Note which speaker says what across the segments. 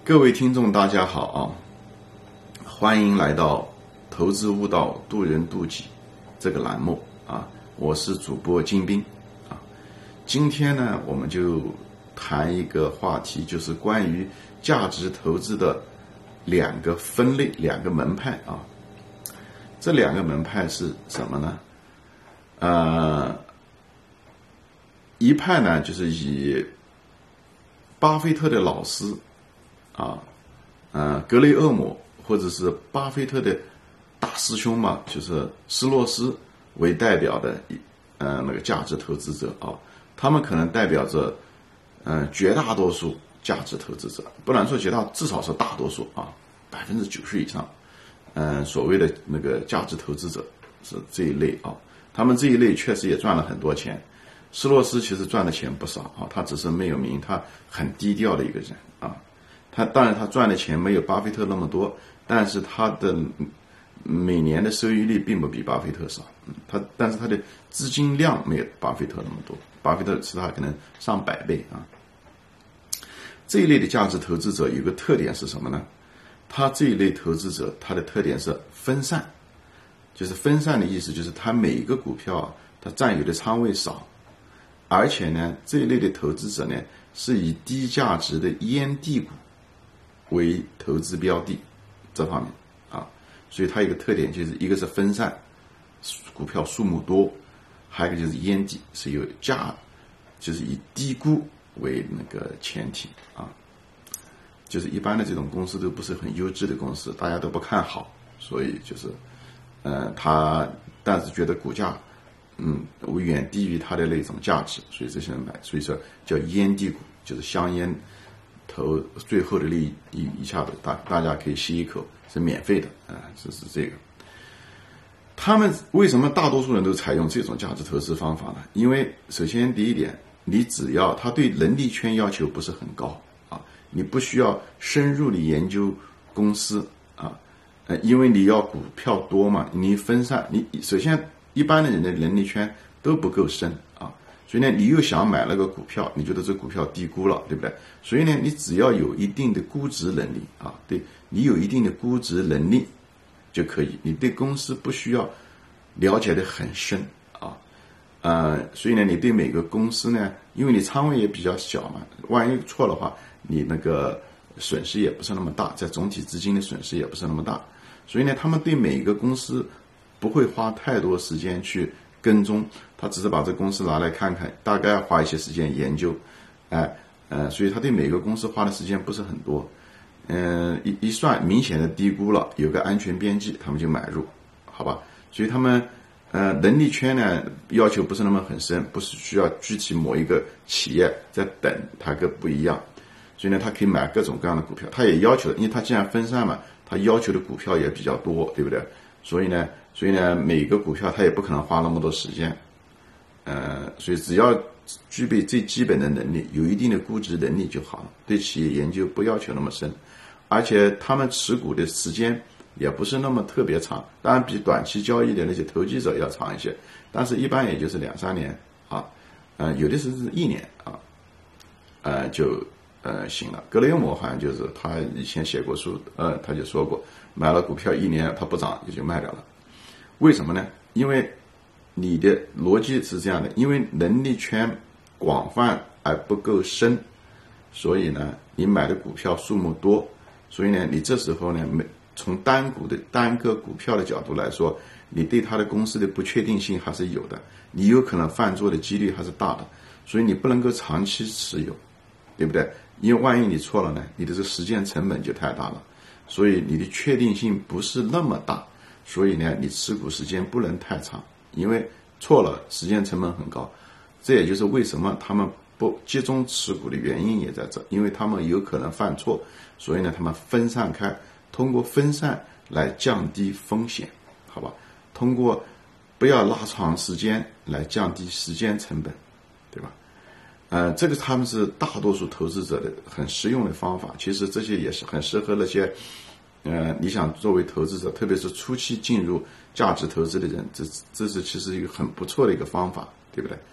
Speaker 1: 各位听众，大家好啊！欢迎来到投资悟道，渡人渡己这个栏目啊！我是主播金兵啊。今天呢，我们就谈一个话题，就是关于价值投资的两个分类、两个门派啊。这两个门派是什么呢？一派呢，就是以巴菲特的老师格雷厄姆或者是巴菲特的大师兄嘛，就是施洛斯为代表的那个价值投资者啊，他们可能代表着绝大多数价值投资者，不能说至少是大多数啊，90%以上，所谓的那个价值投资者是这一类啊，他们这一类确实也赚了很多钱。施洛斯其实赚的钱不少啊，他只是没有名，他很低调的一个人啊。当然他赚的钱没有巴菲特那么多，但是他的每年的收益率并不比巴菲特少，但是他的资金量没有巴菲特那么多，巴菲特是他可能上百倍啊。这一类的价值投资者有个特点是什么呢？他这一类投资者他的特点是分散，就是分散的意思就是他每一个股票他占有的仓位少，而且呢这一类的投资者呢是以低价值的烟蒂股为投资标的这方面啊，所以它有一个特点，就是一个是分散，股票数目多，还有一个就是烟蒂是有就是以低估为那个前提啊，就是一般的这种公司都不是很优质的公司，大家都不看好，所以就是但是觉得股价远低于它的那种价值，所以这些人买，所以说叫烟蒂股，就是香烟投最后的利益一下子大家可以吸一口，是免费的这是这个。他们为什么大多数人都采用这种价值投资方法呢？因为首先第一点，你只要他对能力圈要求不是很高啊，你不需要深入的研究公司啊，因为你要股票多嘛，你分散，你首先一般的人的能力圈都不够深啊，所以呢，你又想买那个股票，你觉得这股票低估了，对不对？所以呢，你只要有一定的估值能力啊，对你有一定的估值能力就可以，你对公司不需要了解的很深啊，所以呢，你对每个公司呢，因为你仓位也比较小嘛，万一错的话，你那个损失也不是那么大，在总体资金的损失也不是那么大，所以呢，他们对每一个公司不会花太多时间去跟踪，他只是把这公司拿来看看，大概花一些时间研究，所以他对每个公司花的时间不是很多，一算明显的低估了，有个安全边际，他们就买入，好吧？所以他们能力圈呢要求不是那么很深，不是需要具体某一个企业在等，它跟不一样，所以呢，他可以买各种各样的股票，他也要求，因为他既然分散嘛，他要求的股票也比较多，对不对？所以呢，每个股票他也不可能花那么多时间，所以只要具备最基本的能力，有一定的估值能力就好了，对企业研究不要求那么深，而且他们持股的时间也不是那么特别长，当然比短期交易的那些投机者要长一些，但是一般也就是2-3年啊，有的是1年啊，就行了。格雷厄姆好像就是他以前写过书，他就说过，买了股票1年它不涨也就卖掉了。为什么呢？因为你的逻辑是这样的，因为能力圈广泛而不够深，所以呢，你买的股票数目多，所以呢，你这时候呢，从单个股票的角度来说，你对它的公司的不确定性还是有的，你有可能犯错的几率还是大的，所以你不能够长期持有，对不对？因为万一你错了呢，你的这时间成本就太大了，所以你的确定性不是那么大，所以呢，你持股时间不能太长，因为错了时间成本很高，这也就是为什么他们不集中持股的原因也在这，因为他们有可能犯错，所以呢，他们分散开，通过分散来降低风险，好吧？通过不要拉长时间来降低时间成本，对吧？这个他们是大多数投资者的很实用的方法，其实这些也是很适合那些你想作为投资者，特别是初期进入价值投资的人，这是其实一个很不错的一个方法，对不对？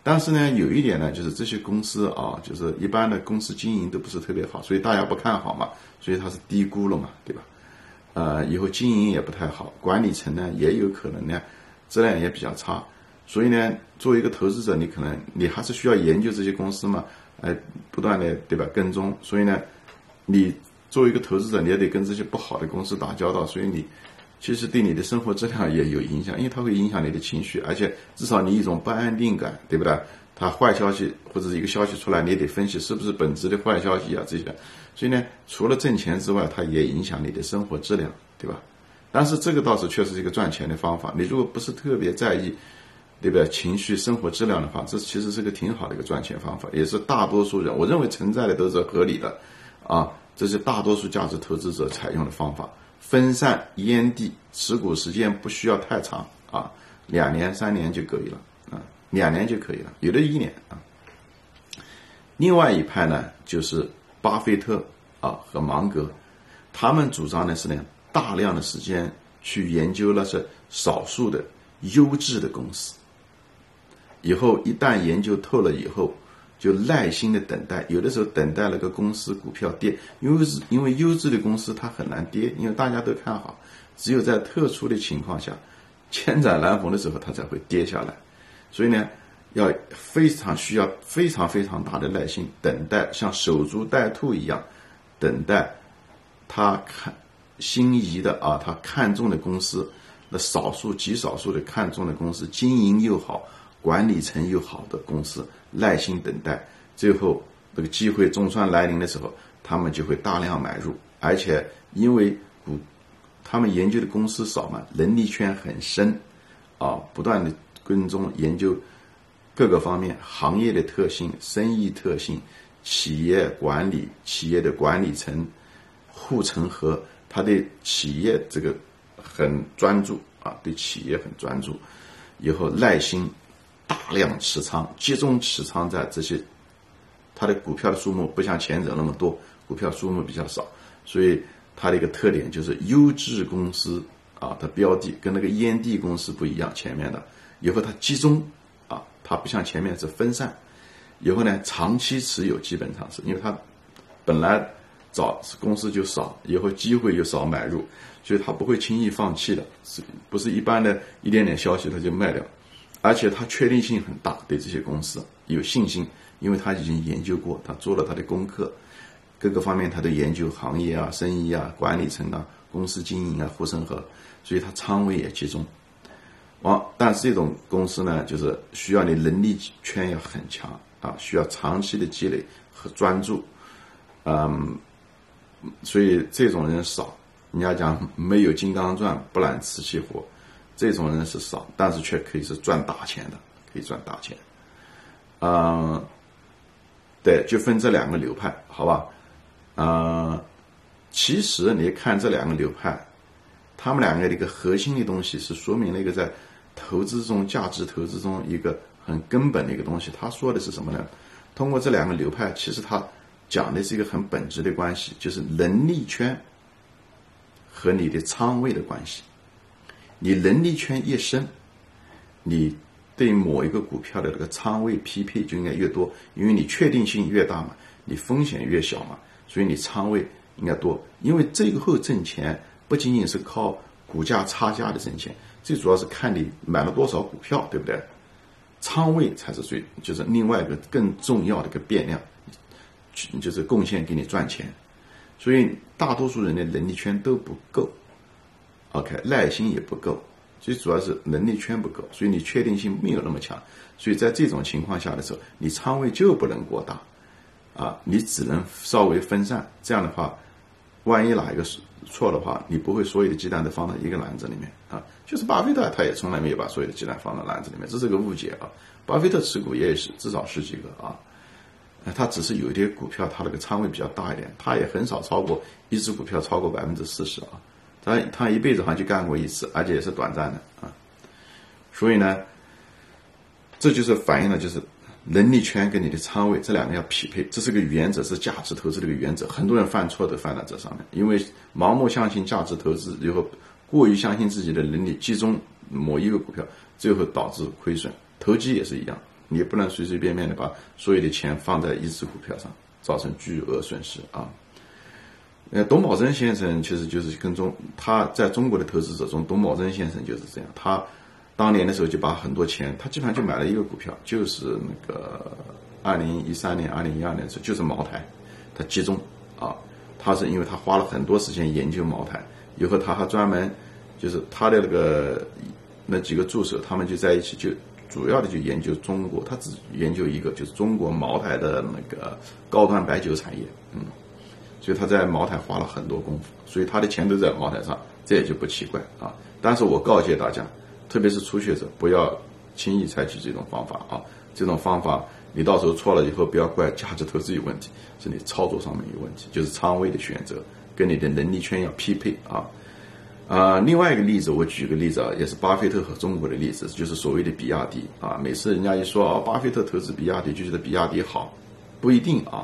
Speaker 1: 但是呢，有一点呢，就是这些公司啊，就是一般的公司经营都不是特别好，所以大家不看好嘛，所以它是低估了嘛，对吧？以后经营也不太好，管理层呢也有可能呢质量也比较差，所以呢，作为一个投资者，你还是需要研究这些公司嘛，不断的对吧跟踪，所以呢，你作为一个投资者，你也得跟这些不好的公司打交道，所以你其实对你的生活质量也有影响，因为它会影响你的情绪，而且至少你一种不安定感，对不对？它坏消息或者是一个消息出来，你也得分析是不是本质的坏消息啊这些。所以呢，除了挣钱之外，它也影响你的生活质量，对吧？但是这个倒是确实是一个赚钱的方法。你如果不是特别在意，对吧？情绪、生活质量的话，这其实是个挺好的一个赚钱方法，也是大多数人我认为存在的都是合理的啊。这是大多数价值投资者采用的方法。分散烟蒂，持股时间不需要太长啊，2年3年就可以了啊，2年就可以了，有的1年啊。另外一派呢，就是巴菲特啊和芒格，他们主张的是呢，大量的时间去研究那些少数的优质的公司，以后一旦研究透了以后，就耐心的等待，有的时候等待那个公司股票跌，因为优质的公司它很难跌，因为大家都看好，只有在特殊的情况下，千载难逢的时候它才会跌下来，所以呢，要需要非常非常大的耐心等待，像守株待兔一样等待他心仪的啊，他看中的公司，那极少数的看中的公司，经营又好，管理层又好的公司，耐心等待，最后这个机会总算来临的时候，他们就会大量买入，而且因为他们研究的公司少嘛，能力圈很深啊，不断的跟踪研究各个方面，行业的特性、生意特性、企业管理、企业的管理层、护城河，他对企业这个很专注啊，对企业很专注，以后耐心大量持仓，集中持仓在这些，它的股票的数目不像前者那么多，股票数目比较少，所以它的一个特点就是优质公司啊，它标的跟那个烟蒂公司不一样，前面的以后它集中啊，它不像前面是分散，以后呢长期持有，基本上是因为它本来公司就少，以后机会又少买入，所以它不会轻易放弃的，不是一般的一点点消息它就卖掉，而且它确定性很大，对这些公司有信心，因为他已经研究过，他做了他的功课，各个方面他都研究，行业啊、生意啊、管理层啊、公司经营啊、护城河，所以他仓位也集中。但是这种公司呢，就是需要你能力圈要很强啊，需要长期的积累和专注，所以这种人少。人家讲没有金刚钻不揽瓷器活，这种人是少，但是却可以是赚大钱的，可以赚大钱。对，就分这2个流派，好吧？其实你看这2个流派，他们2个的一个核心的东西是说明了一个在投资中、价值投资中一个很根本的一个东西。他说的是什么呢？通过这2个流派，其实他讲的是一个很本质的关系，就是能力圈和你的仓位的关系。你能力圈越深，你对某一个股票的这个仓位匹配就应该越多，因为你确定性越大嘛，你风险越小嘛，所以你仓位应该多。因为最后挣钱不仅仅是靠股价差价的挣钱，最主要是看你买了多少股票，对不对？仓位才是就是另外一个更重要的一个变量，就是贡献给你赚钱。所以大多数人的能力圈都不够 ，OK， 耐心也不够，最主要是能力圈不够，所以你确定性没有那么强。所以在这种情况下的时候，你仓位就不能过大啊，你只能稍微分散。这样的话，万一哪一个错的话，你不会所有的鸡蛋都放到一个篮子里面啊。就是巴菲特他也从来没有把所有的鸡蛋放到篮子里面，这是个误解啊。巴菲特持股也是至少10几个啊。他只是有一些股票，他那个仓位比较大一点，他也很少超过一只股票超过40%啊。他一辈子好像就干过一次，而且也是短暂的啊。所以呢，这就是反映了就是能力圈跟你的仓位这2个要匹配，这是个原则，是价值投资的一个原则。很多人犯错都犯在这上面，因为盲目相信价值投资，以后过于相信自己的能力，集中某一个股票，最后导致亏损。投机也是一样你也不能随随便便的把所有的钱放在一只股票上，造成巨额损失啊。董宝珍先生其实就是他在中国的投资者中，董宝珍先生就是这样，他当年的时候就把很多钱，他基本上就买了一个股票，就是那个2013年、2012年的时候，就是茅台，他集中啊，他是因为他花了很多时间研究茅台，以后他还专门就是他的那几个助手，他们就在一起就主要的就研究中国，他只研究一个就是中国茅台的那个高端白酒产业，所以他在茅台花了很多功夫，所以他的钱都在茅台上，这也就不奇怪啊。但是我告诫大家，特别是初学者，不要轻易采取这种方法啊！这种方法你到时候错了以后，不要怪价值投资有问题，是你操作上面有问题，就是仓位的选择跟你的能力圈要匹配啊。另外一个例子，我举个例子啊，也是巴菲特和中国的例子，就是所谓的比亚迪啊。每次人家一说巴菲特投资比亚迪，就觉得比亚迪好，不一定啊。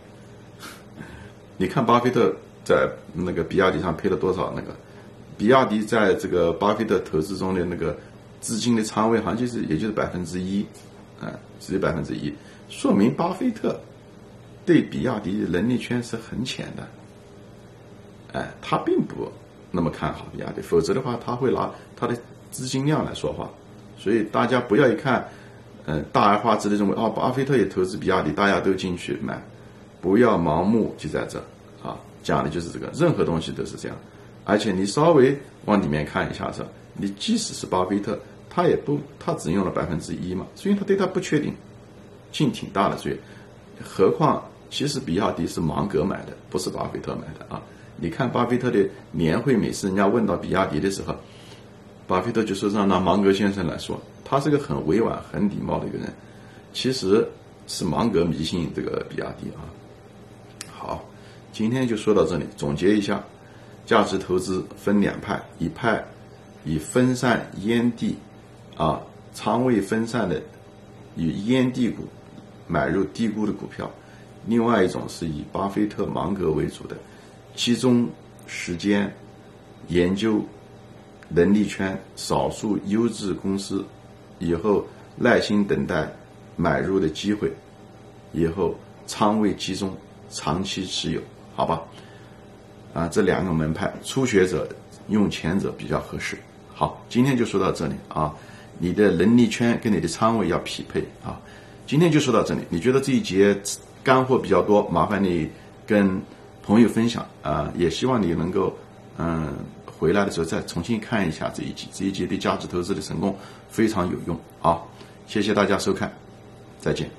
Speaker 1: 你看巴菲特在那个比亚迪上配了多少？那个比亚迪在这个巴菲特投资中的那个资金的仓位，好像也就是1%，只有1%，说明巴菲特对比亚迪的能力圈是很浅的，他并不那么看好比亚迪，否则的话他会拿他的资金量来说话。所以大家不要一看，大而化之的认为巴菲特也投资比亚迪，大家都进去买。不要盲目就在这啊，讲的就是这个，任何东西都是这样。而且你稍微往里面看一下子，你即使是巴菲特，他只用了1%嘛，所以他对他不确定性挺大的，所以何况其实比亚迪是芒格买的，不是巴菲特买的啊。你看巴菲特的年会，每次人家问到比亚迪的时候，巴菲特就说让拿芒格先生来说，他是个很委婉很礼貌的一个人，其实是芒格迷信这个比亚迪啊。好，今天就说到这里，总结一下，价值投资分两派，一派以分散烟蒂仓位分散的以烟蒂股买入低估的股票，另外一种是以巴菲特芒格为主的集中时间研究能力圈少数优质公司，以后耐心等待买入的机会，以后仓位集中长期持有，好吧？这两个门派，初学者用前者比较合适。好，今天就说到这里啊，你的能力圈跟你的仓位要匹配啊。今天就说到这里，你觉得这一节干货比较多，麻烦你跟朋友分享啊，也希望你能够回来的时候再重新看一下这一节对价值投资的成功非常有用啊。谢谢大家收看，再见。